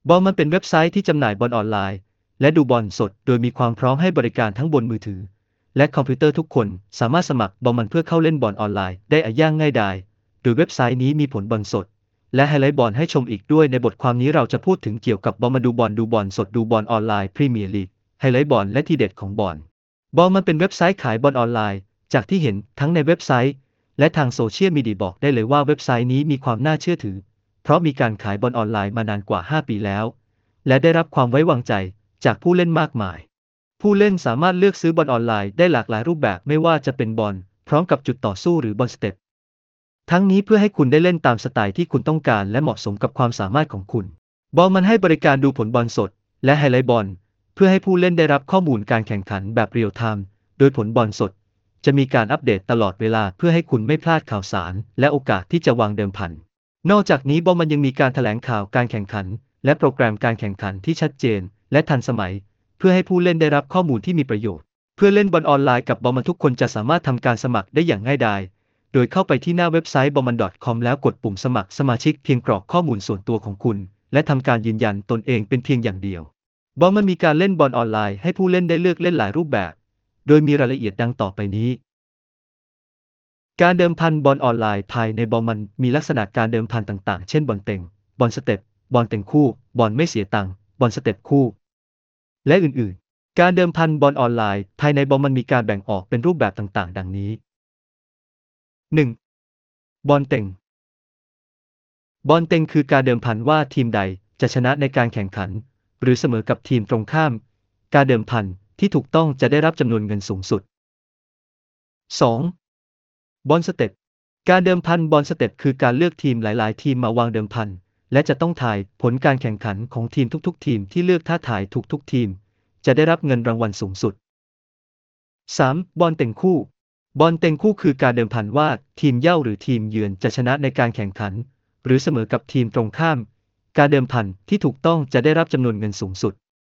บอลมันเป็นเว็บไซต์ที่จำหน่ายบอลออนไลน์และดูบอลสดโดยมีความพร้อมให้บริการทั้งบนมือถือและคอมพิวเตอร์ทุกคนสามารถสมัครบอลมันเพื่อเข้าเล่นบอลออนไลน์ได้อย่างง่ายดายโดยเว็บไซต์นี้มีผลบอลสดและไฮไลท์บอลให้ชมอีกด้วยในบทความนี้เราจะพูดถึงเกี่ยวกับบอลมาดูบอลสดดูบอลออนไลน์พรีเมียร์ลีกไฮไลท์บอลและทีเด็ดของบอลมันเป็นเว็บไซต์ขายบอลออนไลน์จากที่เห็นทั้งในเว็บไซต์และทางโซเชียลมีเดียบอกได้เลยว่าเว็บไซต์นี้มีความน่าเชื่อถือเพราะมีการขายบอลออนไลน์มานานกว่า5 ปีแล้วและได้รับความไว้วางใจจากผู้เล่นมากมายผู้เล่นสามารถเลือกซื้อบอลออนไลน์ได้หลากหลายรูปแบบไม่ว่าจะเป็นบอลพร้อมกับจุดต่อสู้หรือบอลสเต็ปทั้งนี้เพื่อให้คุณได้เล่นตามสไตล์ที่คุณต้องการและเหมาะสมกับความสามารถของคุณมันให้บริการดูผลบอลสดและไฮไลท์บอลเพื่อให้ผู้เล่นได้รับข้อมูลการแข่งขันแบบเรียลไทม์โดยผลบอลสดจะมีการอัปเดตตลอดเวลาเพื่อให้คุณไม่พลาดข่าวสารและโอกาสที่จะวางเดิมพันนอกจากนี้มันยังมีการแถลงข่าวการแข่งขันและโปรแกรมการแข่งขันที่ชัดเจนและทันสมัยเพื่อให้ผู้เล่นได้รับข้อมูลที่มีประโยชน์เพื่อเล่นบอลออนไลน์กับบอลมันทุกคนจะสามารถทำการสมัครได้อย่างง่ายดายโดยเข้าไปที่หน้าเว็บไซต์ ballman.com แล้วกดปุ่มสมัครสมาชิกเพียงกรอกข้อมูลส่วนตัวของคุณและทำการยืนยันตนเองเป็นเพียงอย่างเดียวมันมีการเล่นบอลออนไลน์ให้ผู้เล่นได้เลือกเล่นหลายรูปแบบโดยมีรายละเอียดดังต่อไปนี้การเดิมพันบอลออนไลน์ภายในมันมีลักษณะการเดิมพันต่างๆเช่นบอลเต็งบอลสเต็ปบอลเต็งคู่บอลไม่เสียตังค์บอลสเต็ปคู่และอื่นๆการเดิมพันบอลออนไลน์ภายในมันมีการแบ่งออกเป็นรูปแบบต่างๆดังนี้ 1. บอลเต็งบอลเต็งคือการเดิมพันว่าทีมใดจะชนะในการแข่งขันหรือเสมอกับทีมตรงข้ามการเดิมพันที่ถูกต้องจะได้รับจำนวนเงินสูงสุด 2. บอลสเต็ปการเดิมพันบอลสเต็ปคือการเลือกทีมหลายๆทีมมาวางเดิมพันและจะต้องทายผลการแข่งขันของทีมทุกๆทีมที่เลือกถ้าทายถูกทุกทีมจะได้รับเงินรางวัลสูงสุด 3. บอลเต็งคู่บอลเต็งคู่คือการเดิมพันว่าทีมเย่าหรือทีมเยือนจะชนะในการแข่งขันหรือเสมอกับทีมตรงข้ามการเดิมพันที่ถูกต้องจะได้รับจำนวนเงินสูงสุด